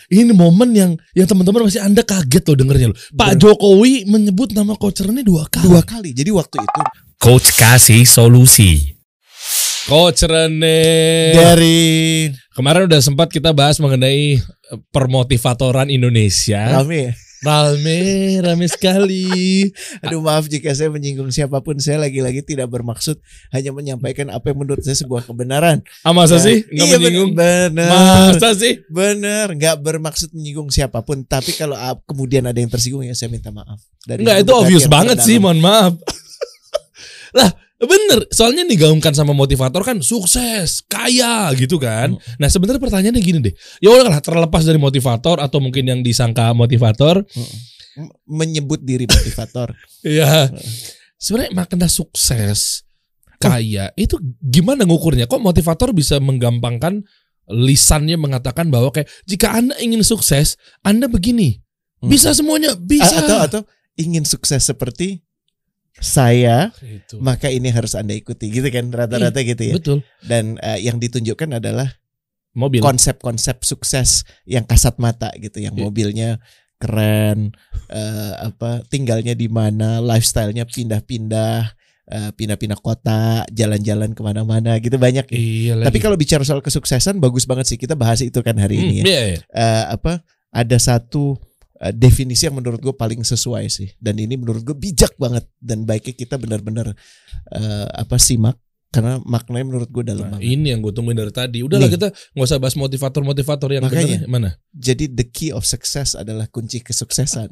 Ini momen yang teman-teman masih Anda kaget loh dengernya loh. Pak Jokowi menyebut nama Coach Rene 2 kali. 2 kali. Jadi waktu itu Coach kasih solusi. Coach Rene. dari Kemarin udah sempat kita bahas mengenai permotivatoran Indonesia. Rame sekali. Aduh, maaf jika saya menyinggung siapapun. Saya lagi-lagi tidak bermaksud hanya menyampaikan apa yang menurut saya sebuah kebenaran. Masa sih? Nggak Iya, menyinggung? bener. Masa sih? Bener, nggak bermaksud menyinggung siapapun. Tapi kalau kemudian ada yang tersinggung ya saya minta maaf. Enggak, itu obvious banget sih, mohon maaf. Lah, bener. Soalnya digaungkan sama motivator kan sukses, kaya gitu kan. Nah, sebenarnya pertanyaannya gini deh. Ya udahlah, terlepas dari motivator atau mungkin yang disangka motivator, menyebut diri motivator. ya. Sebenarnya makna sukses, kaya itu gimana ngukurnya? Kok motivator bisa menggampangkan lisannya mengatakan bahwa kayak jika Anda ingin sukses, Anda begini. Bisa semuanya, bisa. Atau ingin sukses seperti saya, Itu. maka ini harus Anda ikuti gitu kan, rata-rata gitu ya. Betul. Dan yang ditunjukkan adalah Mobil. konsep-konsep sukses yang kasat mata gitu, yang mobilnya keren, tinggalnya di mana, lifestyle-nya pindah-pindah kota, jalan-jalan kemana-mana gitu banyak. Ya. Iya lagi. Tapi kalau bicara soal kesuksesan bagus banget sih, kita bahas itu kan hari ini ya. Iya. Ada satu definisi yang menurut gue paling sesuai sih, dan ini menurut gue bijak banget dan baiknya kita benar-benar simak karena maknanya menurut gue dalam banget. Ini yang gue tungguin dari tadi. Udahlah kita nggak usah bahas motivator yang Makanya, bener. Mana? Jadi the key of success adalah kunci kesuksesan.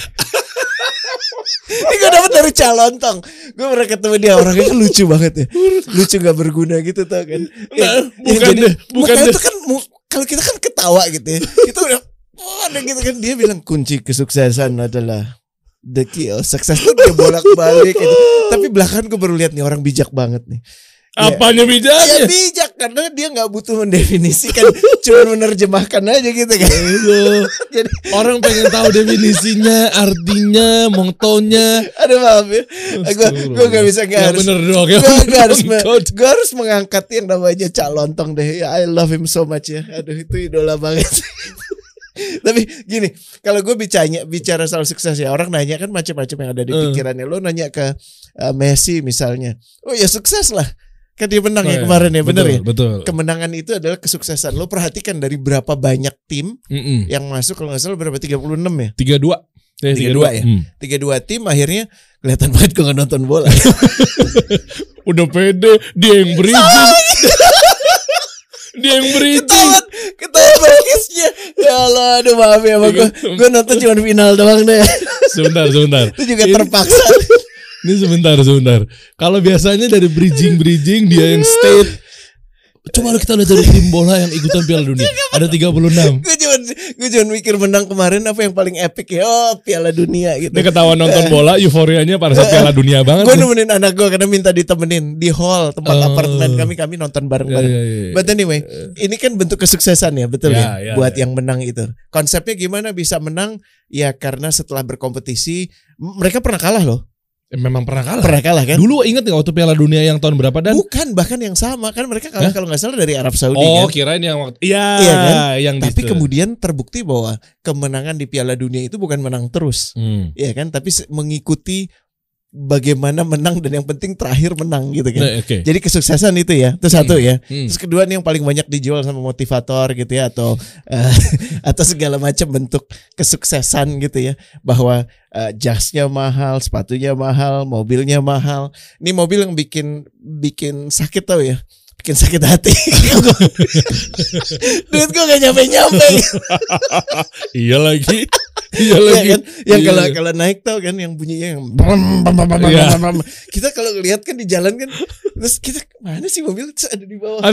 Ini gue dapet dari Calontong. Gue pernah ketemu dia, orangnya kan lucu banget ya. Lucu gak berguna gitu tau kan. Bukan itu kan kalau kita kan ketawa gitu ya. Itu udah ada gitu kan, dia bilang kunci kesuksesan adalah the key of success. Tuh dia bolak-balik gitu. Tapi belakangan gue baru lihat nih orang bijak banget nih. Apanya bijak? Ya bijak karena dia nggak butuh mendefinisikan, cuma menerjemahkan aja gitu kan. Jadi orang pengen tahu definisinya, artinya, motonya. Aduh maaf ya, gue nggak bisa harus. Bener dong ya. Gue harus mengangkat yang namanya Calontong deh. I love him so much ya. Aduh itu idola banget. Tapi gini, kalau gue bicara soal sukses ya, orang nanya kan macam-macam yang ada di pikirannya. Lo nanya ke Messi misalnya, oh ya sukses lah, kan dia menang ya kemarin ya, bener ya. Betul. Kemenangan itu adalah kesuksesan. Lo perhatikan dari berapa banyak tim yang masuk, kalau nggak salah berapa, 36 ya? 32 ya. 32 tim akhirnya kelihatan banget gue nggak nonton bola. Udah pede, dia yang bridging. Dia yang bridging. Ketahuan berkisnya. Ya Allah, aduh maaf ya, gue nonton cuma final doang deh. Sebentar. Itu juga terpaksa. Ini sebentar. Kalau biasanya dari bridging dia yang state. Coba kita lihat dari tim bola yang ikutan Piala Dunia. Ada 36. Gue cuma mikir menang kemarin apa yang paling epic ya. Oh, Piala Dunia gitu. Ini ketahuan nonton bola, euforianya pada saat Piala Dunia banget. Gue nemenin anak gue karena minta ditemenin di hall tempat apartemen kami nonton bareng-bareng. Iya. But anyway, ini kan bentuk kesuksesan ya, betul ya. Buat yang menang itu. Konsepnya gimana bisa menang? Ya karena setelah berkompetisi mereka pernah kalah loh. Memang pernah kalah kan? Dulu inget gak waktu Piala Dunia yang tahun berapa dan? Bukan, bahkan yang sama kan mereka kalah kalau nggak salah dari Arab Saudi Oh, kan? kirain yang waktu. Iya kan? Yang tapi kemudian terbukti bahwa kemenangan di Piala Dunia itu bukan menang terus, iya kan? Tapi mengikuti bagaimana menang dan yang penting terakhir menang gitu kan. Jadi kesuksesan itu ya, itu satu ya. Terus kedua nih yang paling banyak dijual sama motivator gitu ya, atau segala macam bentuk kesuksesan gitu ya, bahwa jasnya mahal, sepatunya mahal, mobilnya mahal. Ini mobil yang bikin sakit tau ya. Bikin sakit hati. Duit gue gak nyampe. Iya lagi. Kan? Yang kalau naik tau kan yang bunyinya yang kita kalau lihat kan di jalan kan, terus kita mana sih mobil, terus ada di bawah.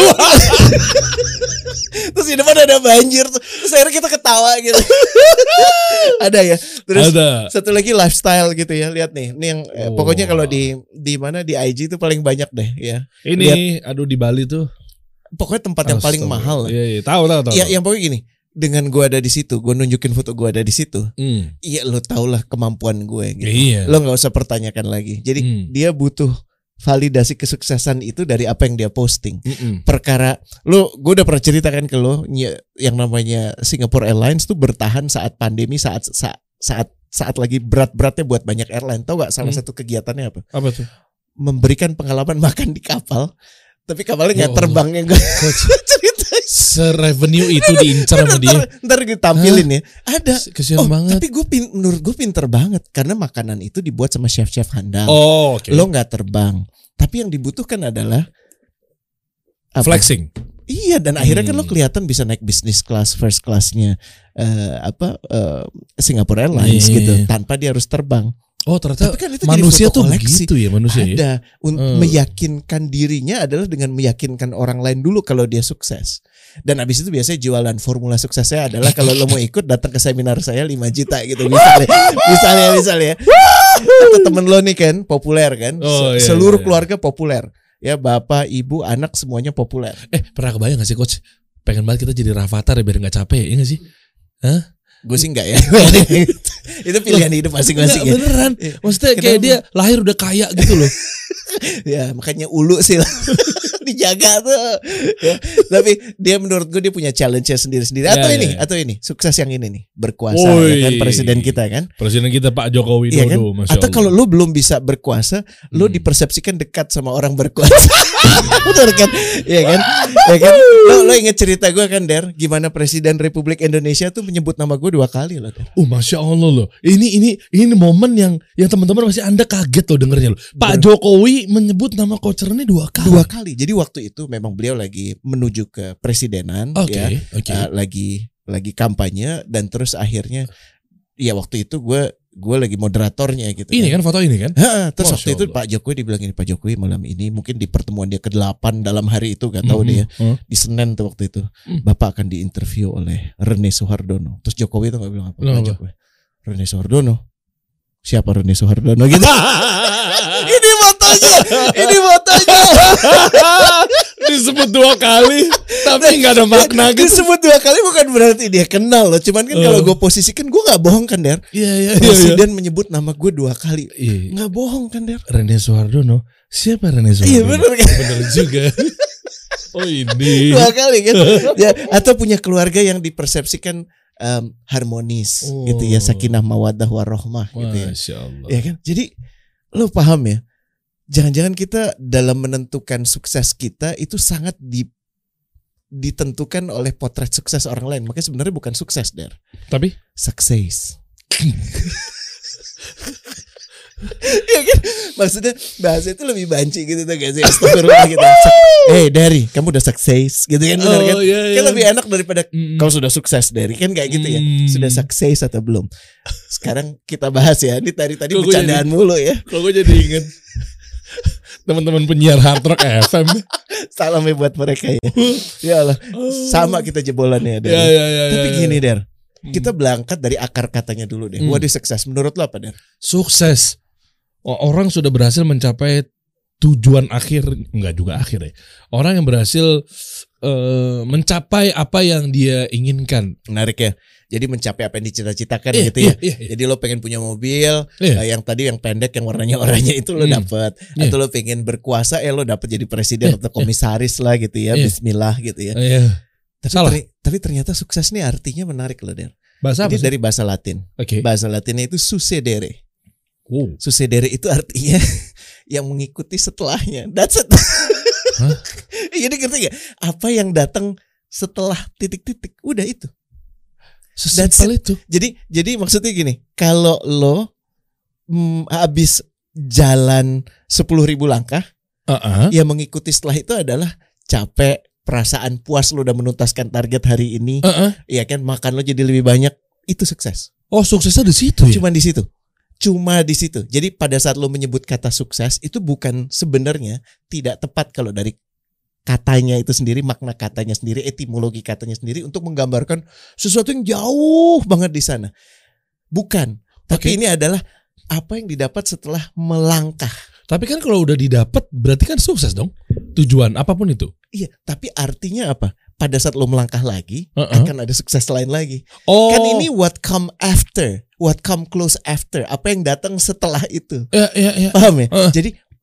Terus di depan ada banjir, terus akhirnya kita ketawa gitu. Ada ya. Terus satu lagi lifestyle gitu ya. Lihat nih, ini yang pokoknya kalau di mana di IG itu paling banyak deh ya. Ini di Bali tuh. Pokoknya tempat yang paling mahal. Iya, tahu. Ya, yang pokoknya gini. Dengan gue ada di situ, gue nunjukin foto gue ada di situ. Iya, lo tau lah kemampuan gue. Gitu. Iya. Lo nggak usah pertanyakan lagi. Jadi dia butuh validasi kesuksesan itu dari apa yang dia posting. Perkara gue udah pernah ceritakan ke lo yang namanya Singapore Airlines tuh bertahan saat pandemi, saat lagi berat-beratnya buat banyak airline. Tahu gak salah satu kegiatannya apa? Apa tuh? Memberikan pengalaman makan di kapal, tapi kapalnya nggak terbang yang gue ceritain. Se-revenue itu diincar sama dia. Ntar ditampilin ya. Ada. Kesian banget. Tapi menurut gue pinter banget karena makanan itu dibuat sama chef-chef handal. Okay. Lo nggak terbang, tapi yang dibutuhkan adalah flexing. Iya, dan akhirnya kan lo kelihatan bisa naik business class, first classnya Singapore Airlines gitu, tanpa dia harus terbang. Oh, ternyata kan itu manusia tuh begitu ya manusia. Ada meyakinkan dirinya adalah dengan meyakinkan orang lain dulu kalau dia sukses. Dan abis itu biasanya jualan formula suksesnya adalah kalau lo mau ikut datang ke seminar saya 5 juta gitu misalnya. Atau temen lo nih kan populer kan, seluruh keluarga populer. Ya bapak, ibu, anak semuanya populer. Pernah kebayang gak sih coach? Pengen banget kita jadi Rafathar ya biar gak capek, ya gak sih? Hah? Gue sih enggak ya. Itu pilihan hidup masing-masing ya. Beneran. Maksudnya kayak dia lahir udah kaya gitu loh. Ya makanya ulu sih dijaga tuh ya. Tapi dia menurut gue dia punya challenge-nya sendiri-sendiri. Atau ini sukses yang ini nih, berkuasa ya kan, presiden kita kan. Presiden kita Pak Jokowi Widodo, kan? Masya Atau Allah. kalau lu belum bisa berkuasa, lu dipersepsikan dekat sama orang berkuasa. Betul kan? Iya kan? Ya kan? Lo inget cerita gue kan, Der, gimana Presiden Republik Indonesia tuh menyebut nama gue 2 kali loh. Masya Allah loh. Ini momen yang teman-teman masih Anda kaget loh dengernya loh. Pak Jokowi menyebut nama Coach Rene 2 kali. 2 kali. Jadi waktu itu memang beliau lagi menuju ke presidenan, lagi kampanye, dan terus akhirnya ya waktu itu gue lagi moderatornya gitu. Ini kan foto ini kan? Terus waktu itu Pak Jokowi dibilang ini, Pak Jokowi malam ini mungkin di pertemuan dia ke-8 dalam hari itu, gak tahu deh ya. Di Senin tuh waktu itu Bapak akan diinterview oleh Rene Soehardono. Terus Jokowi tuh gak bilang apa? Pak Jokowi, Rene Soehardono. Siapa Rene Soehardono gitu? Ini fotonya. Disebut 2 kali tapi gak ada makna gitu. Disebut 2 kali bukan berarti dia kenal loh. Cuman kan kalau gue posisikan, gue gak bohong kan, Der. Presiden menyebut nama gue 2 kali. Gak bohong kan, Der. Rene Soehardono. Siapa Rene Soehardono? Iya bener kan. Bener juga. Ini 2 kali kan. Ya, atau punya keluarga yang dipersepsikan harmonis gitu ya, sakinah mawaddah warahmah gitu ya. Masya Allah. Ya kan? Jadi lo paham ya, jangan-jangan kita dalam menentukan sukses kita itu sangat ditentukan oleh potret sukses orang lain. Makanya sebenarnya bukan sukses, Der. Tapi sukses. Ya kan? Maksudnya bahasa itu lebih banci gitu tuh gak sih? Astagfirullah gitu. Dari, kamu udah sukses gitu kan, benar kan? Kan lebih enak daripada kau sudah sukses, Dari, kan kayak gitu ya. Sudah sukses atau belum? Sekarang kita bahas ya. Ini tadi bercandaan mulu ya. Kalau gue jadi inget teman-teman penyiar Hard Rock FM. Salam ya buat mereka ya. Ya Allah, sama kita jebolannya, Der. Tapi gini, Der, kita berangkat dari akar katanya dulu deh. What is success? Menurut lo apa, Der? Sukses, orang sudah berhasil mencapai tujuan akhir, enggak juga akhir ya. Orang yang berhasil mencapai apa yang dia inginkan. Menarik ya. Jadi mencapai apa yang dicita-citakan gitu ya. Jadi lo pengen punya mobil, yang tadi yang pendek yang warnanya oranye itu lo dapet. Atau lo pengen berkuasa, lo dapet jadi presiden atau komisaris lah gitu ya. Bismillah gitu ya. Tapi ternyata sukses nih artinya menarik loh, Der. Bahasa apa? Ini dari bahasa Latin. Bahasa Latinnya itu succedere. Succedere itu artinya yang mengikuti setelahnya. That's it. Jadi ngerti gak? Apa yang datang setelah titik-titik, udah itu. Sesimpel itu. Jadi maksudnya gini, kalau lo habis jalan 10.000 langkah, yang mengikuti setelah itu adalah capek, perasaan puas lo udah menuntaskan target hari ini, ya kan, makan lo jadi lebih banyak, itu sukses. Oh, suksesnya di situ ya? Cuma di situ. Jadi pada saat lo menyebut kata sukses itu bukan sebenarnya tidak tepat kalau dari katanya itu sendiri, makna katanya sendiri, etimologi katanya sendiri untuk menggambarkan sesuatu yang jauh banget di sana. Bukan. Tapi ini adalah apa yang didapat setelah melangkah. Tapi kan kalau udah didapat berarti kan sukses dong. Tujuan apapun itu. Iya, tapi artinya apa? Pada saat lo melangkah lagi akan ada sukses lain lagi. Kan ini what come after, what come close after, apa yang datang setelah itu. Paham ya? Jadi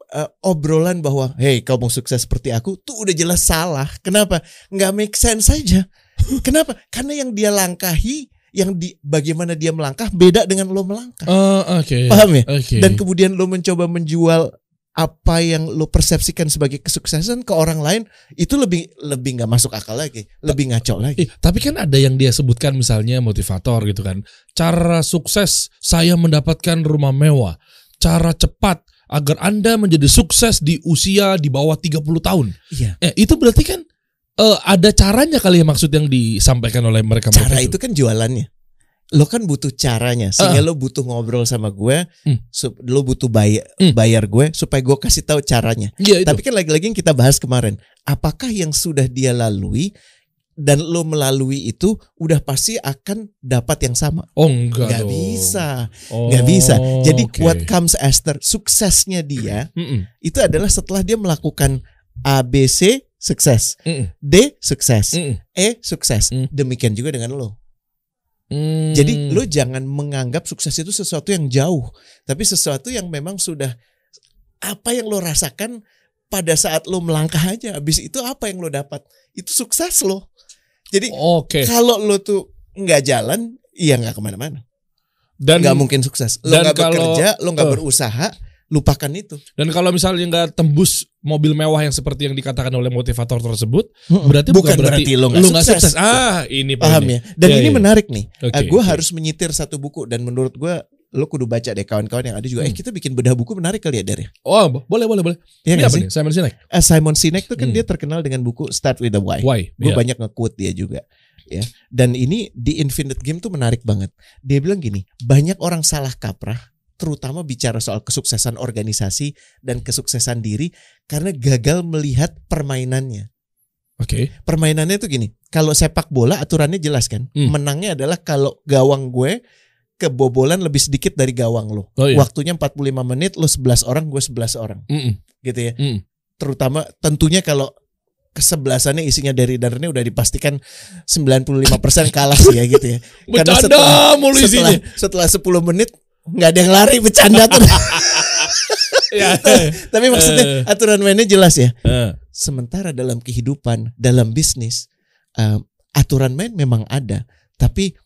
obrolan bahwa hey kau mau sukses seperti aku tuh udah jelas salah. Kenapa? Nggak make sense saja. Kenapa? Karena yang dia langkahi, bagaimana dia melangkah beda dengan lo melangkah. Paham ya? Dan kemudian lo mencoba menjual apa yang lo persepsikan sebagai kesuksesan ke orang lain, itu lebih nggak masuk akal lagi, lebih ngaco lagi. Tapi kan ada yang dia sebutkan misalnya motivator gitu kan. Cara sukses saya mendapatkan rumah mewah. Cara cepat agar Anda menjadi sukses di usia di bawah 30 tahun. Iya. Itu berarti kan ada caranya kali ya, maksud yang disampaikan oleh mereka. Cara itu kan jualannya. Lo kan butuh caranya, sehingga lo butuh ngobrol sama gue, lo butuh bayar gue supaya gue kasih tahu caranya. Ya, tapi kan lagi-lagi yang kita bahas kemarin, apakah yang sudah dia lalui dan lo melalui itu udah pasti akan dapat yang sama? Oh enggak dong. Bisa. Nggak bisa. Jadi what comes after, suksesnya dia itu adalah setelah dia melakukan ABC sukses, D sukses, E sukses. Demikian juga dengan lo. Jadi lo jangan menganggap sukses itu sesuatu yang jauh, tapi sesuatu yang memang sudah apa yang lo rasakan pada saat lo melangkah aja. Habis itu apa yang lo dapat, itu sukses lo. Jadi kalau lo tuh nggak jalan, iya nggak kemana-mana. Dan nggak mungkin sukses. Lo nggak bekerja, lo nggak berusaha, lupakan itu. Dan kalau misalnya nggak tembus mobil mewah yang seperti yang dikatakan oleh motivator tersebut, berarti bukan berarti lo nggak sukses. Ini paham ya. Dan ini menarik nih. Gue harus menyitir satu buku, dan menurut gue lo kudu baca deh, kawan-kawan yang ada juga. Kita bikin bedah buku menarik kali ya, Der. Oh, boleh. Ya, ini apa nih? Simon Sinek. Simon Sinek tuh kan dia terkenal dengan buku Start with the Why. Gue banyak nge-quote dia juga. Ya. Dan ini di Infinite Game tuh menarik banget. Dia bilang gini, banyak orang salah kaprah, terutama bicara soal kesuksesan organisasi dan kesuksesan diri, karena gagal melihat permainannya. Permainannya tuh gini, kalau sepak bola aturannya jelas kan. Menangnya adalah kalau gawang gue kebobolan lebih sedikit dari gawang lo. Waktunya 45 menit, lo 11 orang, gue 11 orang. Gitu ya. Terutama tentunya kalau kesebelasannya isinya dari darahnya udah dipastikan 95% kalah sih ya gitu ya. Karena setelah 10 menit nggak ada yang lari, bercanda tuh. Tapi maksudnya aturan mainnya jelas ya. Sementara dalam kehidupan, dalam bisnis, aturan main memang ada, tapi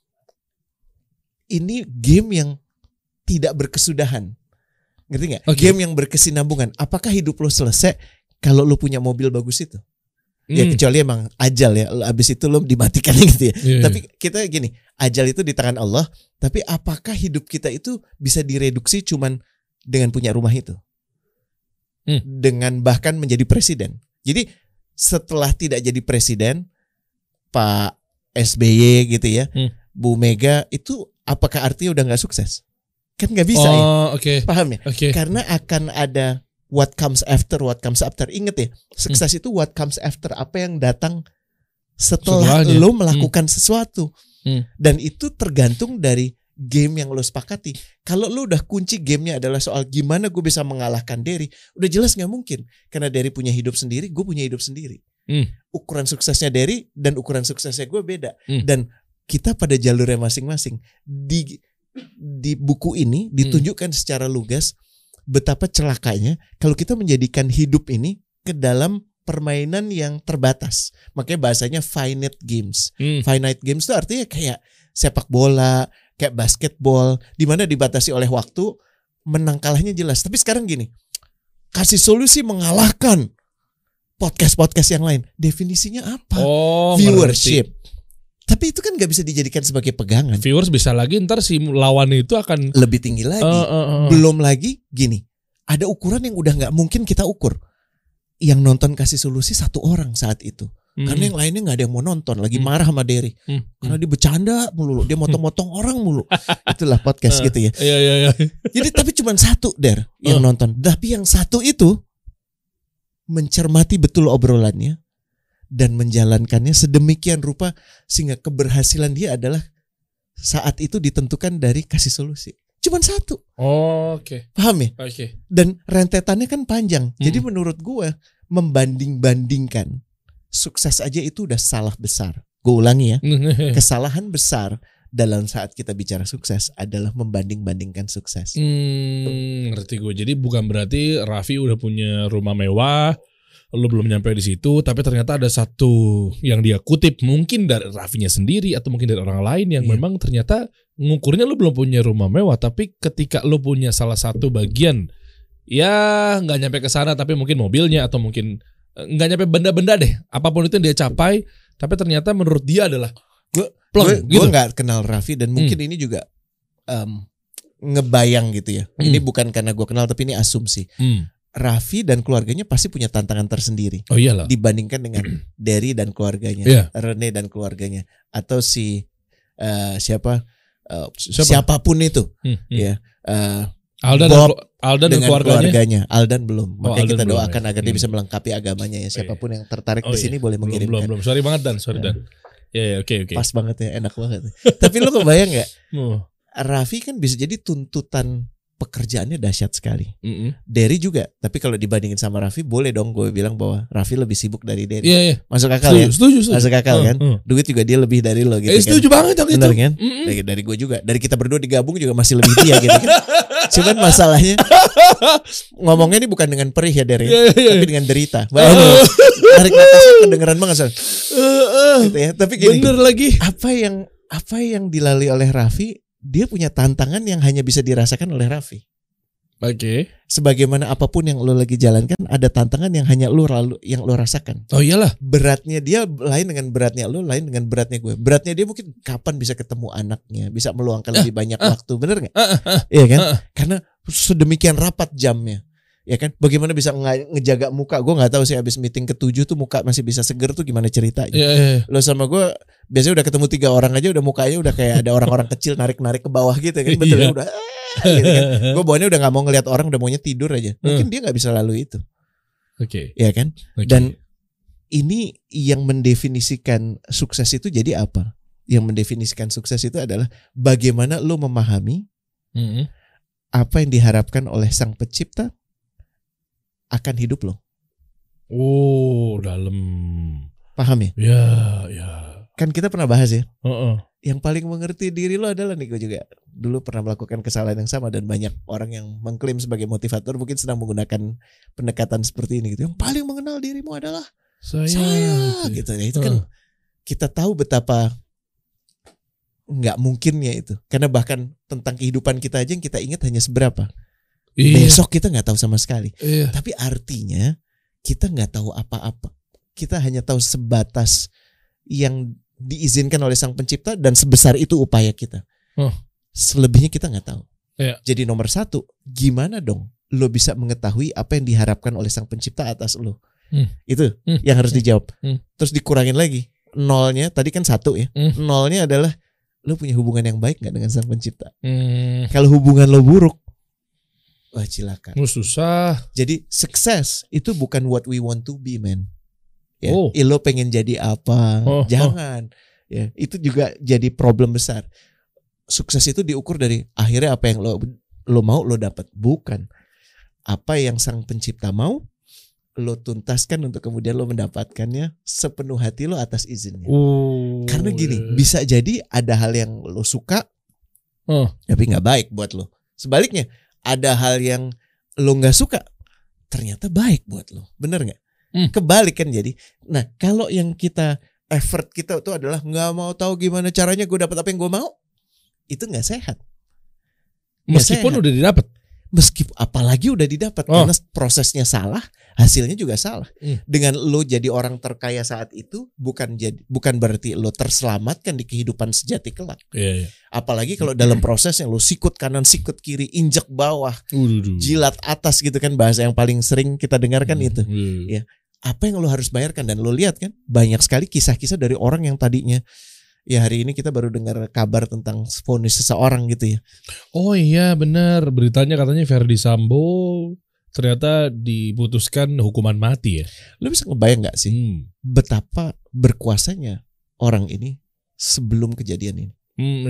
ini game yang tidak berkesudahan. Ngerti gak? Game yang berkesinambungan. Apakah hidup lo selesai kalau lo punya mobil bagus itu? Ya kecuali emang ajal ya. Abis itu lo dimatikan gitu ya. Tapi kita gini, ajal itu di tangan Allah. Tapi apakah hidup kita itu bisa direduksi cuman dengan punya rumah itu? Dengan bahkan menjadi presiden. Jadi setelah tidak jadi presiden, Pak SBY gitu ya, Bu Mega itu apakah artinya udah gak sukses? Kan gak bisa ya. Paham ya? Karena akan ada what comes after. Ingat ya, sukses itu what comes after, apa yang datang setelah lo melakukan sesuatu. Dan itu tergantung dari game yang lo sepakati. Kalau lo udah kunci gamenya adalah soal gimana gue bisa mengalahkan Derry, udah jelas gak mungkin. Karena Derry punya hidup sendiri, gue punya hidup sendiri. Ukuran suksesnya Derry dan ukuran suksesnya gue beda. Dan kita pada jalurnya masing-masing. Di buku ini ditunjukkan secara lugas betapa celakanya kalau kita menjadikan hidup ini ke dalam permainan yang terbatas. Makanya bahasanya finite games. Finite games itu artinya kayak sepak bola, kayak basketball, di mana dibatasi oleh waktu, menang kalahnya jelas. Tapi sekarang gini, kasih solusi mengalahkan podcast-podcast yang lain. Definisinya apa? Viewership. Tapi itu kan gak bisa dijadikan sebagai pegangan. Viewers bisa lagi ntar si lawan itu akan lebih tinggi lagi. Belum lagi gini, ada ukuran yang udah gak mungkin kita ukur. Yang nonton kasih solusi 1 orang saat itu. Karena yang lainnya gak ada yang mau nonton. Lagi marah sama Derry. Karena dia bercanda mulu, dia motong-motong orang mulu. Itulah podcast gitu ya. Jadi tapi cuma 1 Der yang nonton. Tapi yang 1 itu mencermati betul obrolannya dan menjalankannya sedemikian rupa sehingga keberhasilan dia adalah saat itu ditentukan dari kasih solusi. Cuman 1. Paham ya? Dan rentetannya kan panjang. Jadi menurut gue membanding-bandingkan sukses aja itu udah salah besar. Gue ulangi ya, kesalahan besar dalam saat kita bicara sukses adalah membanding-bandingkan sukses. Ngerti gue. Jadi bukan berarti Raffi udah punya rumah mewah, lu belum nyampe di situ, tapi ternyata ada satu yang dia kutip mungkin dari Raffinya sendiri atau mungkin dari orang lain yang memang ternyata ngukurnya lu belum punya rumah mewah, tapi ketika lu punya salah satu bagian ya nggak nyampe ke sana, tapi mungkin mobilnya atau mungkin nggak nyampe benda-benda deh, apapun itu yang dia capai, tapi ternyata menurut dia adalah gue nggak kenal Raffi dan mungkin ini juga ngebayang gitu ya. Ini bukan karena gue kenal tapi ini asumsi. Raffi dan keluarganya pasti punya tantangan tersendiri. Oh iyalah. Dibandingkan dengan Derry dan keluarganya, Rene dan keluarganya, atau siapapun itu, ya. Aldan dan keluarganya. Aldan belum. Makanya kita doakan agar dia bisa melengkapi agamanya ya. Siapapun yang tertarik di sini boleh mengirimkan. Belum. Sorry banget Dan. Ya, oke. Pas banget ya, enak banget. Tapi lu kebayang nggak? Raffi kan bisa jadi tuntutan pekerjaannya dahsyat sekali. Derry juga. Tapi kalau dibandingin sama Raffi, boleh dong gue bilang bahwa Raffi lebih sibuk dari Derry. Iya. Masuk akal ya? Setuju. Masuk akal kan? Duit juga dia lebih dari lo gitu kan? Setuju banget dong itu. Bener kan? Dari gue juga. Dari kita berdua digabung juga masih lebih dia gitu kan? Cuman masalahnya ngomongnya ini bukan dengan perih ya Derry, tapi dengan derita. Tarik nafasnya kedengeran banget Son. Gitu ya. Tapi gini, bener lagi. Apa yang dilalui oleh Raffi, dia punya tantangan yang hanya bisa dirasakan oleh Raffi. Oke. Sebagaimana apapun yang lo lagi jalankan, ada tantangan yang hanya lo rasakan. Oh iyalah. Beratnya dia lain dengan beratnya lo, lain dengan beratnya gue. Beratnya dia mungkin kapan bisa ketemu anaknya, bisa meluangkan lebih banyak waktu, bener nggak? Iya kan? Karena sedemikian rapat jamnya. Ya kan, bagaimana bisa ngejaga muka? Gue nggak tahu sih abis meeting ke-7 tuh muka masih bisa seger tuh gimana ceritanya? Lo sama gue biasanya udah ketemu 3 orang aja udah mukanya udah kayak ada orang-orang kecil narik ke bawah gitu kan, betul udah. Gitu kan. Gue bawaannya udah nggak mau ngelihat orang, udah maunya tidur aja. Mungkin dia nggak bisa lalu itu. Oke. Ya kan? Dan ini yang mendefinisikan sukses itu jadi apa? Yang mendefinisikan sukses itu adalah bagaimana lo memahami apa yang diharapkan oleh Sang Pencipta akan hidup lo. Oh, dalam. Paham ya? Ya. Kan kita pernah bahas ya. Yang paling mengerti diri lo adalah nih, gue juga dulu pernah melakukan kesalahan yang sama dan banyak orang yang mengklaim sebagai motivator mungkin sedang menggunakan pendekatan seperti ini gitu. Yang paling mengenal dirimu adalah saya gitu ya. Itu kan kita tahu betapa nggak mungkinnya itu. Karena bahkan tentang kehidupan kita aja yang kita ingat hanya seberapa. Besok kita nggak tahu sama sekali. Tapi artinya kita nggak tahu apa-apa. Kita hanya tahu sebatas yang diizinkan oleh Sang Pencipta dan sebesar itu upaya kita. Selebihnya kita nggak tahu. Jadi nomor 1, gimana dong lo bisa mengetahui apa yang diharapkan oleh Sang Pencipta atas lo? Itu yang harus dijawab. Terus dikurangin lagi. Nolnya tadi kan 1 ya. Nolnya adalah lo punya hubungan yang baik nggak dengan Sang Pencipta? Kalau hubungan lo buruk, wah cilaka. Susah. Jadi sukses itu bukan what we want to be, man. Ya, lo pengen jadi apa? Jangan. Ya, itu juga jadi problem besar. Sukses itu diukur dari akhirnya apa yang lo mau lo dapat, bukan apa yang Sang Pencipta mau lo tuntaskan untuk kemudian lo mendapatkannya sepenuh hati lo atas izinnya. Karena gini, bisa jadi ada hal yang lo suka tapi nggak baik buat lo. Sebaliknya, ada hal yang lo nggak suka ternyata baik buat lo, bener nggak? Kebalik kan jadi. Nah kalau yang effort kita itu adalah nggak mau tahu gimana caranya gue dapat apa yang gue mau, itu nggak sehat. Meskipun udah didapat. Meskipun apalagi udah didapat karena prosesnya salah, hasilnya juga salah. Dengan lo jadi orang terkaya saat itu bukan berarti lo terselamatkan di kehidupan sejati kelak. Apalagi kalau dalam prosesnya lo sikut kanan sikut kiri, injek bawah, jilat atas gitu kan, bahasa yang paling sering kita dengarkan itu. Ya, apa yang lo harus bayarkan, dan lo lihat kan banyak sekali kisah-kisah dari orang yang tadinya. Ya hari ini kita baru dengar kabar tentang vonis seseorang gitu ya. Oh iya benar, beritanya katanya Verdi Sambo ternyata diputuskan hukuman mati ya. Lo bisa ngebayang gak sih betapa berkuasanya orang ini sebelum kejadian ini?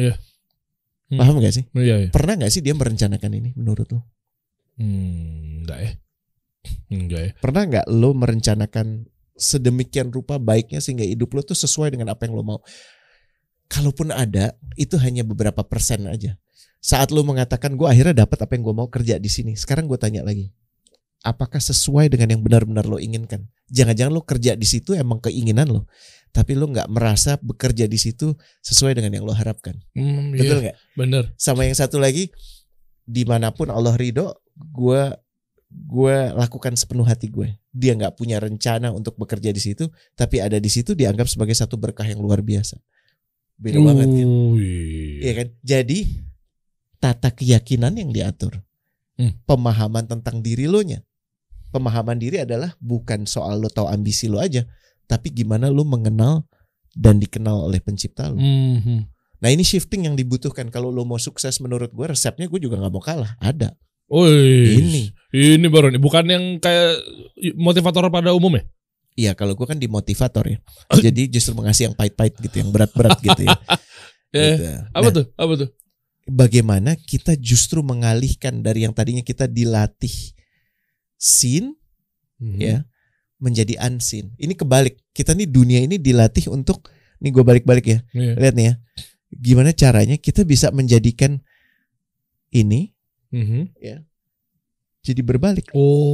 Paham gak sih? Pernah gak sih dia merencanakan ini menurut lo? Enggak ya. Pernah gak lo merencanakan sedemikian rupa baiknya sehingga hidup lo tuh sesuai dengan apa yang lo mau? kalaupun ada, itu hanya beberapa persen aja. Saat lu mengatakan gue akhirnya dapat apa yang gue mau kerja di sini. Sekarang gue tanya lagi, apakah sesuai dengan yang benar-benar lo inginkan? Jangan-jangan lo kerja di situ emang keinginan lo, tapi lo nggak merasa bekerja di situ sesuai dengan yang lo harapkan. Betul nggak? Bener. Sama yang satu lagi, dimanapun Allah ridho, gue lakukan sepenuh hati gue. Dia nggak punya rencana untuk bekerja di situ, tapi ada di situ dianggap sebagai satu berkah yang luar biasa. Beda banget kan? Iya kan? Jadi tata keyakinan yang diatur, pemahaman tentang diri lo nya. Pemahaman diri adalah bukan soal lo tahu ambisi lo aja, tapi gimana lo mengenal dan dikenal oleh pencipta lo. Nah ini shifting yang dibutuhkan kalau lo mau sukses. Menurut gue resepnya gue juga nggak mau kalah. Ada. Ini baru nih, bukan yang kayak motivator pada umumnya. Iya, kalau gue kan dimotivator ya. Jadi justru mengasih yang pahit-pahit gitu, yang berat-berat gitu ya. Gitu. Apa tuh? Bagaimana kita justru mengalihkan dari yang tadinya kita dilatih seen ya menjadi unseen. Ini kebalik. Kita nih dunia ini dilatih untuk, nih gue balik-balik ya. Lihat nih ya. Gimana caranya kita bisa menjadikan ini ya jadi berbalik.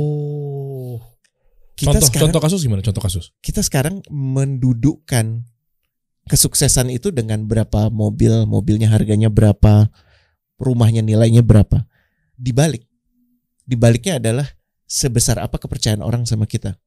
Contoh kasus gimana? Contoh kasus. Kita sekarang mendudukkan kesuksesan itu dengan berapa mobilnya harganya berapa, rumahnya nilainya berapa. Dibaliknya adalah sebesar apa kepercayaan orang sama kita.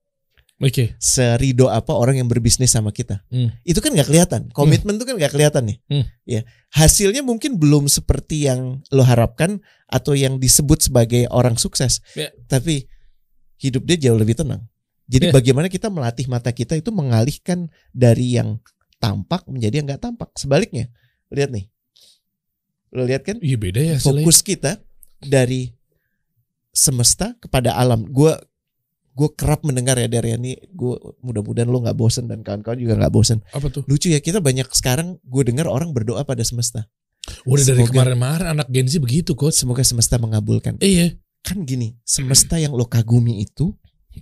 Serido apa orang yang berbisnis sama kita. Itu kan nggak kelihatan. Komitmen itu kan nggak kelihatan nih. Ya, hasilnya mungkin belum seperti yang lo harapkan atau yang disebut sebagai orang sukses. Tapi hidup dia jauh lebih tenang. Jadi bagaimana kita melatih mata kita itu mengalihkan dari yang tampak menjadi yang nggak tampak. Sebaliknya, lihat nih, lo lihat kan? Iya beda ya. Fokus kita dari semesta kepada alam. Gue kerap mendengar ya dari ini. Gue mudah-mudahan lo nggak bosen dan kawan-kawan juga nggak bosen. Apa tuh? Lucu ya, kita banyak sekarang gue dengar orang berdoa pada semesta. Udah dari kemarin-kemarin anak Gen Z begitu kok. Semoga semesta mengabulkan. Iya. Kan gini, semesta yang lo kagumi itu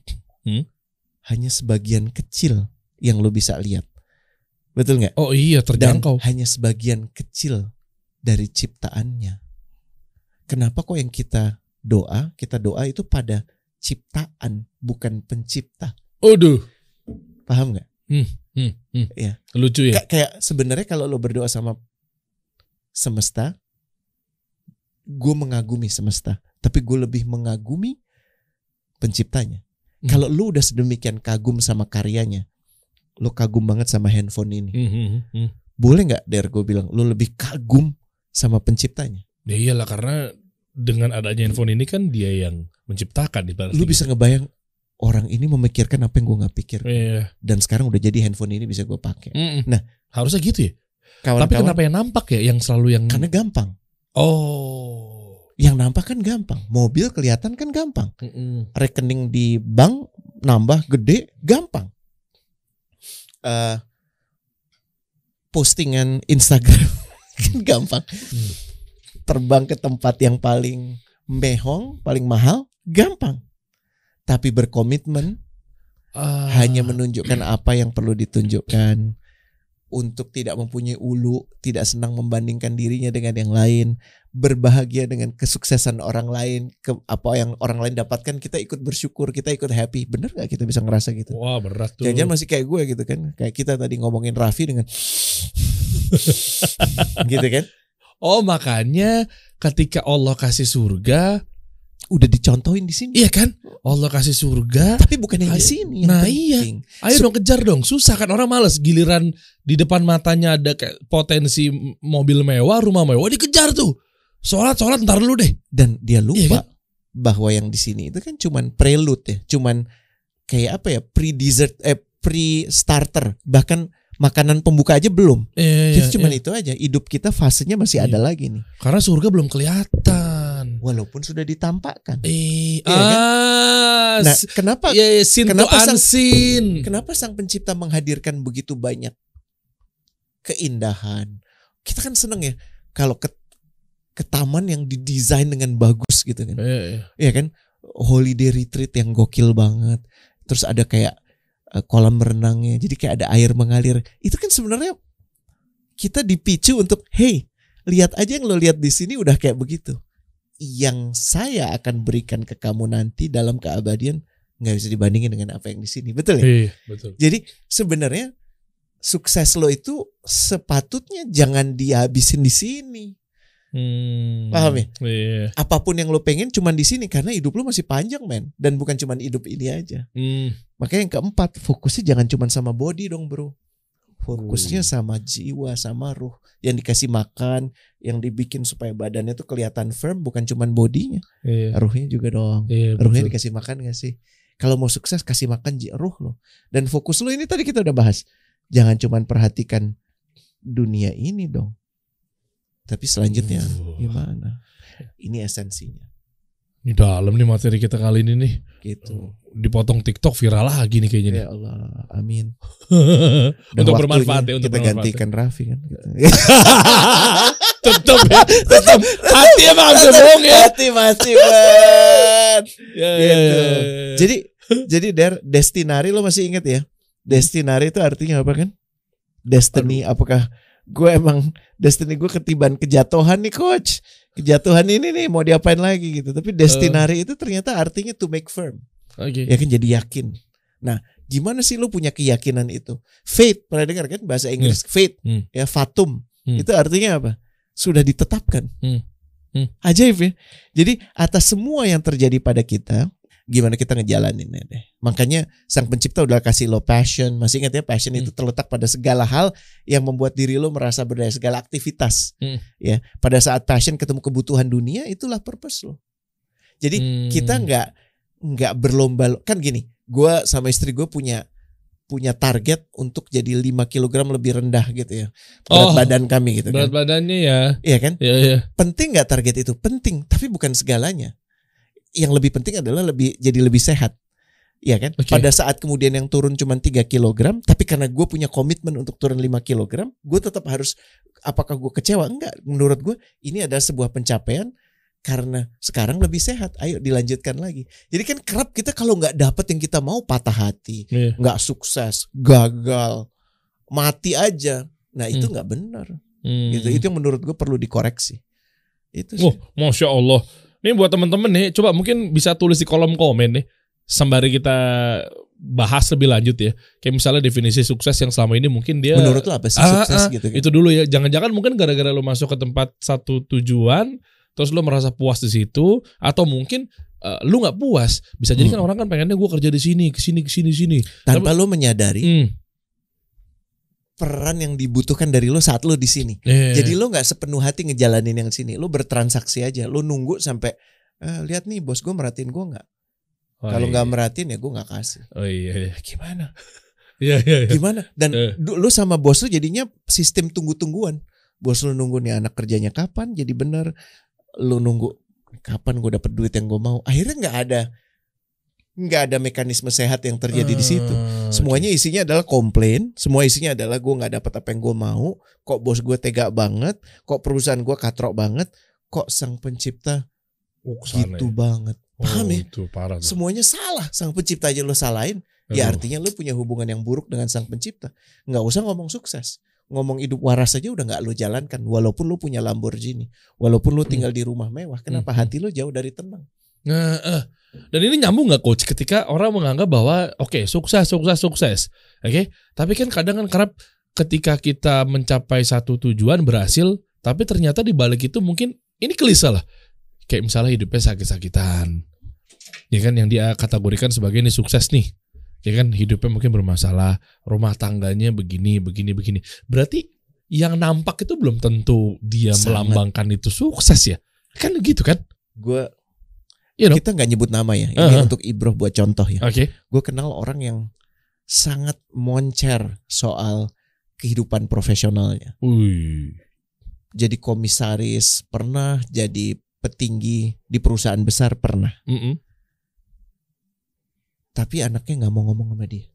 hanya sebagian kecil yang lo bisa lihat. Betul nggak? Oh iya, terjangkau. Dan hanya sebagian kecil dari ciptaannya. Kenapa kok yang kita doa itu pada ciptaan, bukan pencipta? Aduh. Paham nggak? Ya. Lucu ya. Kayak sebenarnya kalau lo berdoa sama semesta, gue mengagumi semesta, tapi gue lebih mengagumi penciptanya. Kalau lo udah sedemikian kagum sama karyanya, lo kagum banget sama handphone ini, boleh nggak gue bilang lo lebih kagum sama penciptanya? Ya iyalah, karena dengan adanya handphone ini kan dia yang menciptakan. Lo bisa ngebayang orang ini memikirkan apa yang gue nggak pikir. Dan sekarang udah jadi handphone ini bisa gue pakai. Nah, harusnya gitu ya. Tapi kenapa yang nampak ya, yang selalu yang? Karena gampang. Yang nampak kan gampang. Mobil kelihatan kan gampang. Rekening di bank nambah gede gampang. Postingan Instagram kan gampang. Terbang ke tempat yang paling mehong, paling mahal gampang. Tapi berkomitmen hanya menunjukkan apa yang perlu ditunjukkan, untuk tidak mempunyai ulu, tidak senang membandingkan dirinya dengan yang lain, berbahagia dengan kesuksesan orang lain, apa yang orang lain dapatkan kita ikut bersyukur, kita ikut happy. Bener gak kita bisa ngerasa gitu? Wah berat tuh. Jangan-jangan masih kayak gue gitu kan, kayak kita tadi ngomongin Raffi dengan gitu kan. Makanya ketika Allah kasih surga, udah dicontohin di sini. Iya kan? Allah kasih surga. Tapi bukan yang di sini. Nah iya. Ayo dong kejar dong. Susah kan, orang males. Giliran di depan matanya ada kayak potensi mobil mewah, rumah mewah, dikejar tuh. Sholat ntar dulu deh. Dan dia lupa bahwa yang di sini itu kan cuman prelude ya. Cuman kayak apa ya, pre-dessert, pre-starter. Bahkan makanan pembuka aja belum. Jadi cuman itu aja. Hidup kita fasenya masih ada lagi nih. Karena surga belum kelihatan. Walaupun sudah ditampakkan. Kan? Nah, kenapa kenapa sang pencipta menghadirkan begitu banyak keindahan? Kita kan seneng ya kalau ke taman yang didesain dengan bagus gitu kan. Iya kan? Holiday retreat yang gokil banget. Terus ada kayak kolam renangnya. Jadi kayak ada air mengalir. Itu kan sebenarnya kita dipicu untuk, hey, lihat aja yang lo lihat di sini udah kayak begitu. Yang saya akan berikan ke kamu nanti dalam keabadian nggak bisa dibandingin dengan apa yang di sini, betul ya? Iya, betul. Jadi sebenarnya sukses lo itu sepatutnya jangan dihabisin di sini. Paham ya? Iya. Apapun yang lo pengen cuman di sini karena hidup lo masih panjang, men, dan bukan cuman hidup ini aja. Makanya yang keempat, fokusnya jangan cuman sama body dong, bro. Fokusnya sama jiwa, sama ruh yang dikasih makan, yang dibikin supaya badannya tuh kelihatan firm, bukan cuman bodinya. Iya. Ruhnya juga dong. Iya, ruhnya dikasih makan gak sih? Kalau mau sukses kasih makan ruh lo. Dan fokus lo ini tadi kita udah bahas. Jangan cuman perhatikan dunia ini dong. Tapi selanjutnya gimana? Ini esensinya. Ini dalam nih materi kita kali ini nih. Gitu. Dipotong TikTok viral lagi nih kayaknya. Ya Allah, amin. Untuk bermanfaat ya, untuk kita bermanfaat. gantikan Raffi kan. Tetap ya, tetap. Hati emang bisa bohong ya. Hati masih banget. Ya, Gitu. Jadi destinari lo masih ingat ya? Destinari itu artinya apa kan? Destiny. Apakah gue emang destiny gue ketiban kejatuhan nih, coach? Kejatuhan ini nih mau diapain lagi gitu. Tapi destinari itu ternyata artinya to make firm. Okay. Ya kan, jadi yakin. Nah, gimana sih lo punya keyakinan itu? Faith, pernah dengar kan bahasa Inggris? Faith, ya fatum. Itu artinya apa? Sudah ditetapkan. Ajaib ya. Jadi atas semua yang terjadi pada kita, gimana kita ngejalaninnya deh. Makanya Sang Pencipta udah kasih lo passion. Masih ingat ya, passion itu terletak pada segala hal yang membuat diri lo merasa berdaya, segala aktivitas. Ya, pada saat passion ketemu kebutuhan dunia, itulah purpose lo. Jadi kita nggak berlomba. Kan gini, gue sama istri gue punya target untuk jadi 5 kg lebih rendah gitu ya. Berat badan kami gitu. Berat badannya ya. Iya kan? Iya. Penting nggak target itu? Penting, tapi bukan segalanya. Yang lebih penting adalah jadi lebih sehat. Iya kan? Okay. Pada saat kemudian yang turun cuma 3 kg, tapi karena gue punya komitmen untuk turun 5 kg, gue tetap harus, apakah gue kecewa? Enggak. Menurut gue ini adalah sebuah pencapaian karena sekarang lebih sehat. Ayo dilanjutkan lagi. Jadi kan kerap kita kalau nggak dapet yang kita mau, patah hati, nggak sukses, gagal, mati aja. Nah itu nggak benar. Gitu. Itu yang menurut gue perlu dikoreksi. Itu sih. Masya Allah. Ini buat teman-teman nih, coba mungkin bisa tulis di kolom komen nih, sembari kita bahas lebih lanjut ya. Kayak misalnya definisi sukses yang selama ini mungkin dia, menurut lo apa sih sukses gitu kan? Itu dulu ya. Jangan-jangan mungkin gara-gara lo masuk ke tempat satu tujuan, terus lo merasa puas di situ, atau mungkin lo nggak puas. Bisa jadi kan orang kan pengennya gue kerja di sini, kesini. Tanpa lo menyadari peran yang dibutuhkan dari lo saat lo di sini. Jadi lo nggak sepenuh hati ngejalanin yang sini. Lo bertransaksi aja. Lo nunggu sampai lihat nih bos gue merhatiin gue nggak. Kalau nggak merhatiin ya gue nggak kasih. Gimana? Gimana? Dan lo sama bos lo jadinya sistem tunggu-tungguan. Bos lo nunggu nih anak kerjanya kapan jadi bener. Lo nunggu kapan gue dapet duit yang gue mau. Akhirnya nggak ada mekanisme sehat yang terjadi di situ. Semuanya isinya adalah komplain. Semua isinya adalah gue nggak dapat apa yang gue mau. Kok bos gue tega banget. Kok perusahaan gue katrok banget. Kok Sang Pencipta gitu banget. Paham ya? Itu parah. Semuanya salah. Sang Pencipta aja lo salahin. Ya artinya lo punya hubungan yang buruk dengan Sang Pencipta. Nggak usah ngomong sukses. Ngomong hidup waras aja udah gak lo jalankan. Walaupun lo punya Lamborghini, walaupun lo tinggal di rumah mewah, kenapa hati lo jauh dari tenang? Dan ini nyambung gak coach ketika orang menganggap bahwa sukses. Tapi kan kadang kan kerap ketika kita mencapai satu tujuan berhasil, tapi ternyata di balik itu mungkin ini klise lah. Kayak misalnya hidupnya sakit-sakitan, ya kan, yang dia kategorikan sebagai ini sukses nih. Ya kan, hidupnya mungkin bermasalah, rumah tangganya begini. Berarti yang nampak itu belum tentu dia melambangkan itu sukses ya. Kan gitu kan? Kita nggak nyebut nama ya. Ini untuk ibroh buat contoh ya. Gue kenal orang yang sangat moncer soal kehidupan profesionalnya. Jadi komisaris pernah, jadi petinggi di perusahaan besar pernah. Tapi anaknya nggak mau ngomong sama dia.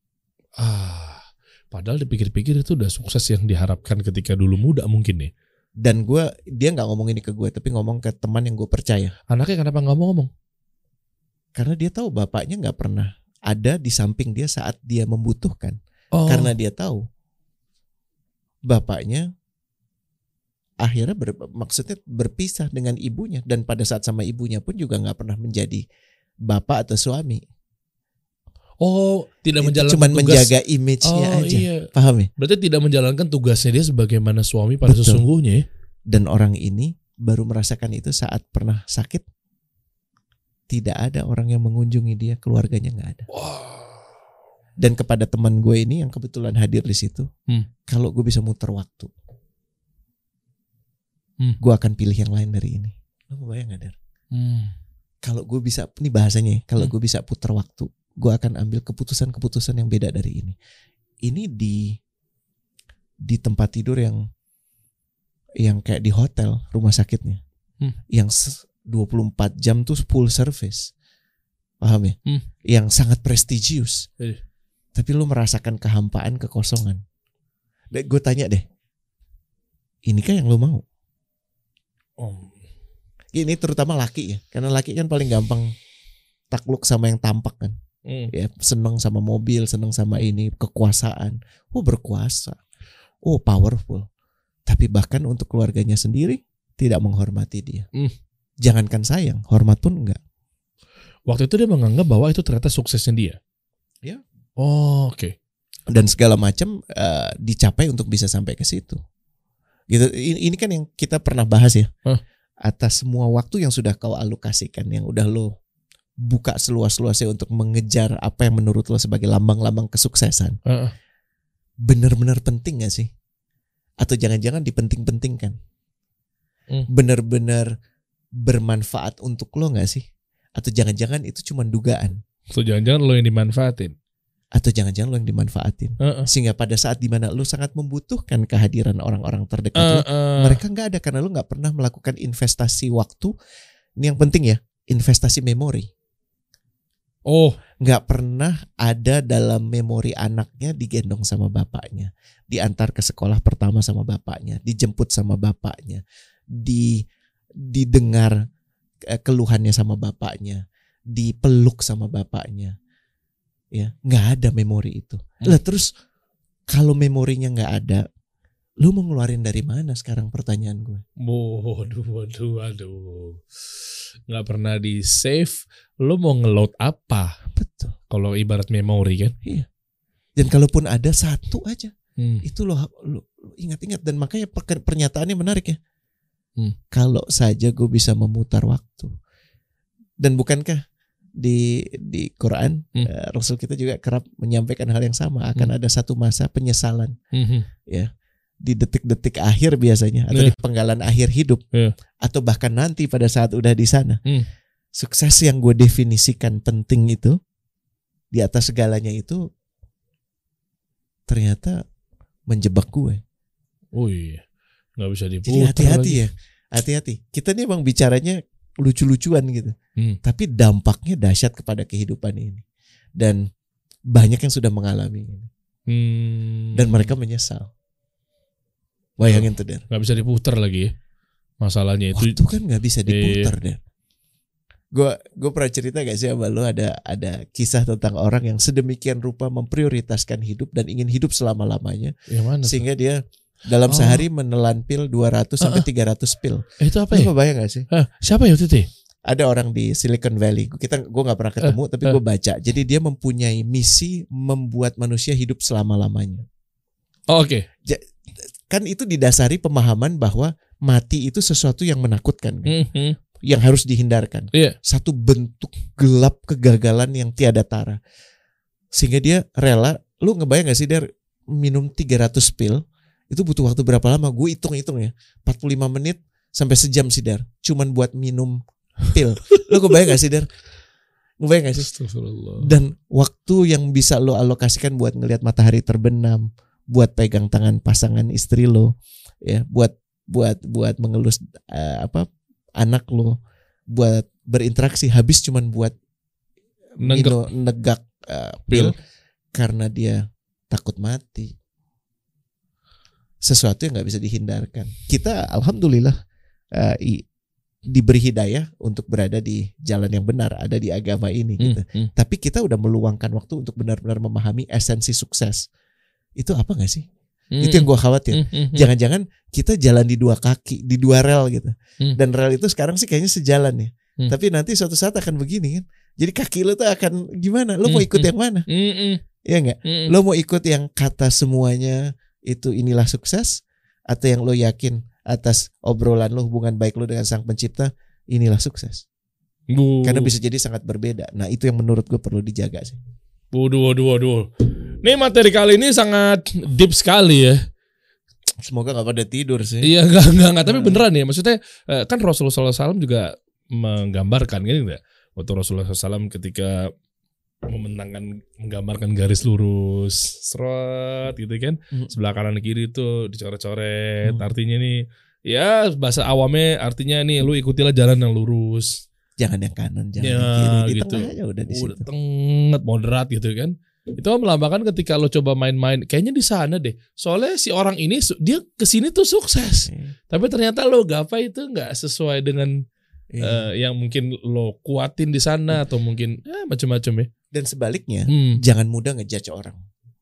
Padahal dipikir-pikir itu udah sukses yang diharapkan ketika dulu muda mungkin nih. Dan dia nggak ngomong ini ke gue, tapi ngomong ke teman yang gue percaya. Anaknya kenapa nggak mau ngomong? Karena dia tahu bapaknya nggak pernah ada di samping dia saat dia membutuhkan. Karena dia tahu bapaknya akhirnya maksudnya berpisah dengan ibunya, dan pada saat sama ibunya pun juga nggak pernah menjadi bapak atau suami. Oh, tidak menjalankan cuman tugas. Menjaga image-nya aja. Iya. Paham ya? Berarti tidak menjalankan tugasnya dia sebagaimana suami pada sesungguhnya. Dan orang ini baru merasakan itu saat pernah sakit. Tidak ada orang yang mengunjungi dia, keluarganya nggak ada. Wow. Dan kepada teman gue ini yang kebetulan hadir di situ, kalau gue bisa muter waktu, gue akan pilih yang lain dari ini. Lo bayang gak, Der? Kalau gue bisa, ini bahasanya, kalau gue bisa putar waktu, gue akan ambil keputusan-keputusan yang beda dari ini. Ini di tempat tidur yang kayak di hotel, rumah sakitnya, yang 24 jam tuh full service, paham ya? Yang sangat prestisius. Tapi lu merasakan kehampaan, kekosongan. Gue tanya deh, ini kan yang lu mau? Ini terutama laki ya, karena laki kan paling gampang takluk sama yang tampak kan. Ya, seneng sama mobil, seneng sama ini, kekuasaan. Berkuasa. Powerful. Tapi bahkan untuk keluarganya sendiri tidak menghormati dia. Jangankan sayang, hormat pun enggak. Waktu itu dia menganggap bahwa itu ternyata suksesnya dia. Ya. Oke. Dan segala macam dicapai untuk bisa sampai ke situ. Gitu. Ini kan yang kita pernah bahas ya. Atas semua waktu yang sudah kau alokasikan, yang udah lo buka seluas-luasnya untuk mengejar apa yang menurut lo sebagai lambang-lambang kesuksesan. Benar-benar penting gak sih? Atau jangan-jangan dipenting-pentingkan? Benar-benar bermanfaat untuk lo gak sih? Atau jangan-jangan itu cuma dugaan? Atau jangan-jangan lo yang dimanfaatin? Atau jangan-jangan lo yang dimanfaatin? Sehingga pada saat dimana lo sangat membutuhkan kehadiran orang-orang terdekat lo, mereka gak ada karena lo gak pernah melakukan investasi waktu. Ini yang penting ya, investasi memori. Gak pernah ada dalam memori anaknya digendong sama bapaknya, diantar ke sekolah pertama sama bapaknya, dijemput sama bapaknya, didengar keluhannya sama bapaknya, dipeluk sama bapaknya. Ya, nggak ada memori itu. Lah terus kalau memorinya nggak ada, lu mau ngeluarin dari mana sekarang, pertanyaan gue? Waduh. Nggak pernah di save, lu mau ngeload apa? Betul. Kalau ibarat memori kan? Iya. Dan kalaupun ada satu aja, itu lo ingat-ingat. Dan makanya pernyataannya menarik ya. Kalau saja gue bisa memutar waktu. Dan bukankah di Quran Rasul kita juga kerap menyampaikan hal yang sama, akan ada satu masa penyesalan ya, di detik-detik akhir biasanya, atau di penggalan akhir hidup, atau bahkan nanti pada saat udah di sana. Sukses yang gue definisikan penting itu, di atas segalanya itu ternyata menjebak gue. Nggak bisa diputar. Jadi hati-hati lagi. Ya, hati-hati. Kita nih emang bicaranya lucu-lucuan gitu, tapi dampaknya dahsyat kepada kehidupan ini, dan banyak yang sudah mengalami ini, dan mereka menyesal. Bayangin tuh, Der. Nggak bisa diputar lagi ya masalahnya itu. Waktu kan nggak bisa diputar, Der. Gue pernah cerita gak sih sama lo, ada kisah tentang orang yang sedemikian rupa memprioritaskan hidup dan ingin hidup selama-lamanya, sehingga dia dalam sehari menelan pil 200 sampai 300 pil. Itu apa ya? Lo bayang gak sih? Siapa ya itu? Ada orang di Silicon Valley. Gue gak pernah ketemu, tapi gue baca. Jadi dia mempunyai misi membuat manusia hidup selama-lamanya. Oke. Kan itu didasari pemahaman bahwa mati itu sesuatu yang menakutkan, kan? Yang harus dihindarkan. Satu bentuk gelap kegagalan yang tiada tara. Sehingga dia rela. Lu ngebayang gak sih, Der, minum 300 pil itu butuh waktu berapa lama? Gue hitung-hitung ya, 45 menit sampai sejam sih, Der, cuman buat minum pil. Lo kebayang gak sih, Der? Ngebayang gak sih? Dan waktu yang bisa lo alokasikan buat ngelihat matahari terbenam, buat pegang tangan pasangan istri lo, ya, buat mengelus anak lo, buat berinteraksi, habis cuman buat negak pil karena dia takut mati. Sesuatu yang gak bisa dihindarkan. Kita alhamdulillah diberi hidayah untuk berada di jalan yang benar, ada di agama ini gitu. Tapi kita udah meluangkan waktu untuk benar-benar memahami esensi sukses. Itu apa gak sih? Itu yang gue khawatir. Jangan-jangan kita jalan di dua kaki, di dua rel gitu. Dan rel itu sekarang sih kayaknya sejalan ya. Tapi nanti suatu saat akan begini kan. Jadi kaki lo tuh akan gimana? Lo mau ikut yang mana? Iya enggak? Lo mau ikut yang kata semuanya itu inilah sukses, atau yang lo yakin atas obrolan lo, hubungan baik lo dengan Sang Pencipta inilah sukses? Karena bisa jadi sangat berbeda. Nah itu yang menurut gue perlu dijaga sih. Waduh. Nih materi kali ini sangat deep sekali ya. Semoga gak pada tidur sih. Iya enggak. Tapi beneran ya. Maksudnya kan Rasulullah SAW juga menggambarkan kan enggak? Waktu Rasulullah SAW ketika menggambarkan garis lurus, seret gitu kan. Sebelah kanan kiri itu dicoret-coret. Artinya nih, ya bahasa awamnya artinya nih lu ikutilah jalan yang lurus. Jangan yang kanan, jangan yang kiri. Di gitu. tengah aja udah di situ. Tengah moderat gitu kan. Itu melambangkan ketika lo coba main-main, kayaknya di sana deh. Soalnya si orang ini dia kesini tuh sukses. Tapi ternyata lo gapai itu nggak sesuai dengan yang mungkin lo kuatin di sana atau mungkin macam-macam ya. Dan sebaliknya, jangan mudah ngejudge orang.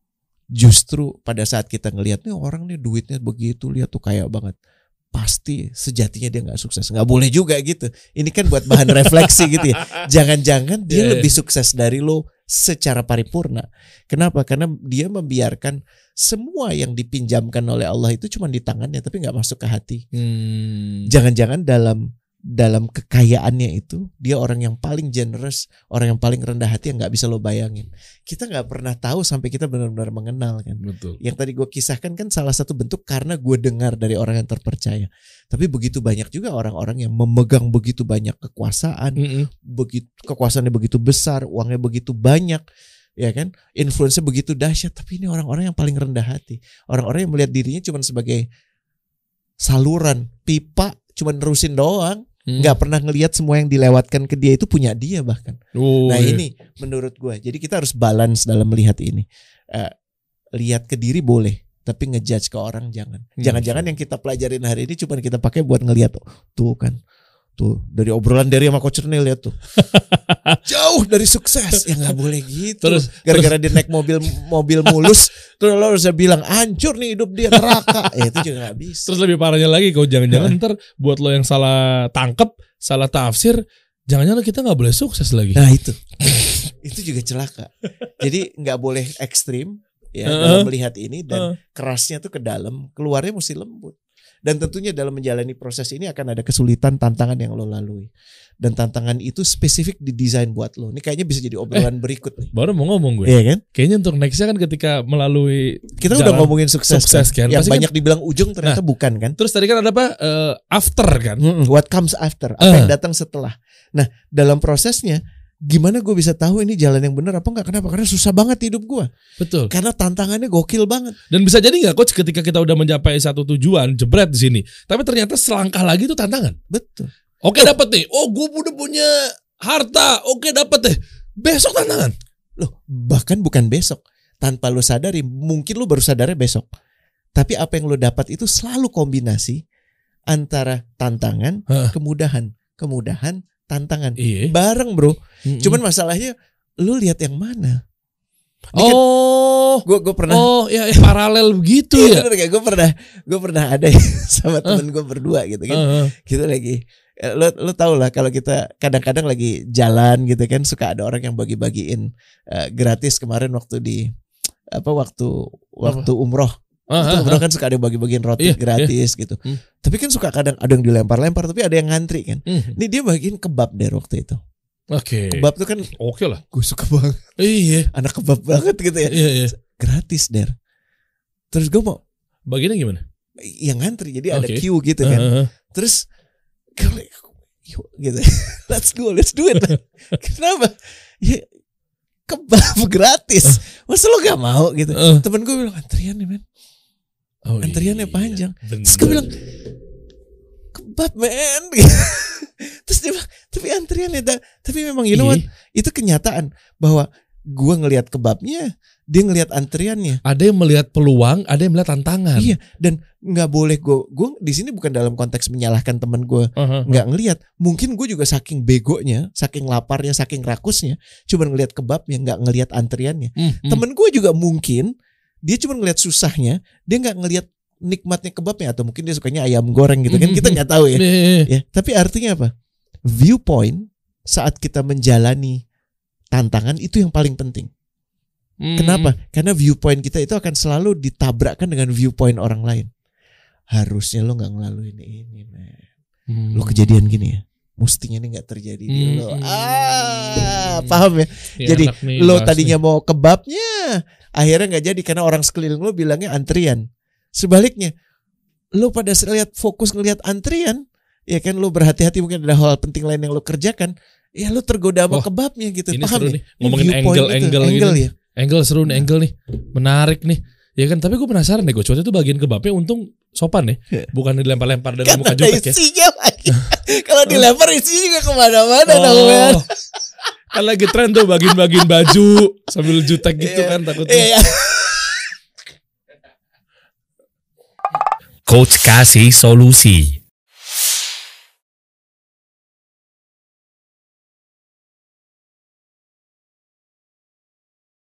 Justru pada saat kita ngelihat nih orang nih duitnya begitu, lihat tuh kaya banget. Pasti sejatinya dia gak sukses. Gak boleh juga gitu. Ini kan buat bahan refleksi gitu ya. Jangan-jangan dia lebih sukses dari lo secara paripurna. Kenapa? Karena dia membiarkan semua yang dipinjamkan oleh Allah itu cuma di tangannya, tapi gak masuk ke hati. Jangan-jangan dalam kekayaannya itu dia orang yang paling generous, orang yang paling rendah hati yang gak bisa lo bayangin. Kita gak pernah tahu sampai kita benar-benar mengenal kan. Betul. Yang tadi gue kisahkan kan salah satu bentuk karena gue dengar dari orang yang terpercaya. Tapi begitu banyak juga orang-orang yang memegang begitu banyak kekuasaan, kekuasaannya begitu besar, uangnya begitu banyak, ya kan, influence-nya begitu dahsyat. Tapi ini orang-orang yang paling rendah hati, orang-orang yang melihat dirinya cuma sebagai saluran pipa, cuma nerusin doang. Nggak pernah ngelihat semua yang dilewatkan ke dia itu punya dia bahkan. Nah ini menurut gue. Jadi kita harus balance dalam melihat ini. Lihat ke diri boleh, tapi ngejudge ke orang jangan. Jangan-jangan yang kita pelajarin hari ini cuma kita pakai buat ngelihat tuh kan. Tuh dari obrolan dari sama Coach Ernil lihat tuh. Jauh dari sukses. Ya nggak boleh gitu. Terus gara-gara dia naik mobil mulus, terus lo harus bilang hancur nih hidup dia, neraka. Itu juga nggak bisa. Terus lebih parahnya lagi, kalau jangan-jangan ntar buat lo yang salah tangkep, salah tafsir, jangan-jangan kita nggak boleh sukses lagi. Nah itu juga celaka. Jadi nggak boleh ekstrim ya dalam melihat ini, dan kerasnya tuh ke dalam, keluarnya mesti lembut. Dan tentunya dalam menjalani proses ini akan ada kesulitan, tantangan yang lo lalui. Dan tantangan itu spesifik didesain buat lo. Ini kayaknya bisa jadi obrolan berikut nih. Baru mau ngomong gue. Iya kan? Kayaknya untuk nextnya kan ketika melalui kita udah ngomongin sukses kan? Yang banyak dibilang ujung ternyata bukan kan? Terus tadi kan ada apa? After kan? What comes after? Apa yang datang setelah? Nah dalam prosesnya, gimana gue bisa tahu ini jalan yang benar apa enggak? Kenapa? Karena susah banget hidup gue. Betul. Karena tantangannya gokil banget. Dan bisa jadi nggak coach ketika kita udah mencapai satu tujuan jebret di sini, tapi ternyata selangkah lagi itu tantangan. Betul. Oke dapat nih. Oh gue udah punya harta. Oke dapat deh. Besok tantangan. Loh bahkan bukan besok. Tanpa lo sadari, mungkin lo baru sadarnya besok. Tapi apa yang lo dapat itu selalu kombinasi antara tantangan, kemudahan, tantangan. Bareng bro. Cuman masalahnya lu lihat yang mana. Gue pernah. Ya paralel begitu ya. Gue pernah ada sama temen gue berdua gitu kan. Kita lagi lu tau lah kalau kita kadang-kadang lagi jalan gitu kan, suka ada orang yang bagi-bagiin gratis. Kemarin waktu waktu umroh. Umroh kan suka ada bagi-bagiin roti gratis gitu. Tapi kan suka kadang ada yang dilempar-lempar, tapi ada yang ngantri kan. Ini dia bagiin kebab deh waktu itu. Oke. Kebab tuh kan oke lah. Gue suka banget. Iya. Anak kebab banget gitu ya. Iya. Gratis der. Terus gue mau bagiannya gimana? Yang ngantri, jadi ada queue gitu kan. Terus yuk gitu. Let's do it. Kenapa? Ya, kebab gratis. Masa lo gak mau gitu? Temen gue bilang antrian nih men. Antriannya panjang. Terus gue bilang kebab men. Terus dia bilang tapi antriannya tapi memang you know what, itu kenyataan bahwa gue ngelihat kebabnya, dia ngelihat antriannya. Ada yang melihat peluang, ada yang melihat tantangan. Iya, dan nggak boleh gue di sini bukan dalam konteks menyalahkan teman gue nggak ngelihat. Mungkin gue juga saking begonya, saking laparnya, saking rakusnya, cuma ngelihat kebabnya, nggak ngelihat antriannya. Temen gue juga mungkin dia cuma ngelihat susahnya, dia nggak ngelihat nikmatnya kebabnya, atau mungkin dia sukanya ayam goreng gitu kan, kita nggak tahu ya. Ya, tapi artinya apa? Viewpoint saat kita menjalani tantangan itu yang paling penting. Kenapa? Karena viewpoint kita itu akan selalu ditabrakkan dengan viewpoint orang lain. Harusnya lo nggak ngelaluin ini, man. Lo kejadian gini ya, mestinya ini nggak terjadi di lo. Paham ya? Jadi nih, lo tadinya mau kebabnya, akhirnya nggak jadi karena orang sekeliling lo bilangnya antrian. Sebaliknya, lo pada fokus ngelihat antrian, ya kan, lo berhati-hati mungkin ada hal penting lain yang lo kerjakan, ya lo tergoda sama kebabnya gitu. Ini paham seru ya? Nih. Ngomongin angle ya. Angle seru nih, angle nih, menarik nih. Ya kan, tapi gue penasaran deh, gue coba itu bagian kebabnya untung sopan nih, bukan dilempar-lempar dari muka jutek ya. Isinya lagi. Kalau dilempar isinya juga kemana-mana dong, man. Kan lagi tren tuh bagian-bagian baju sambil jutek gitu kan takutnya. Coach kasih solusi.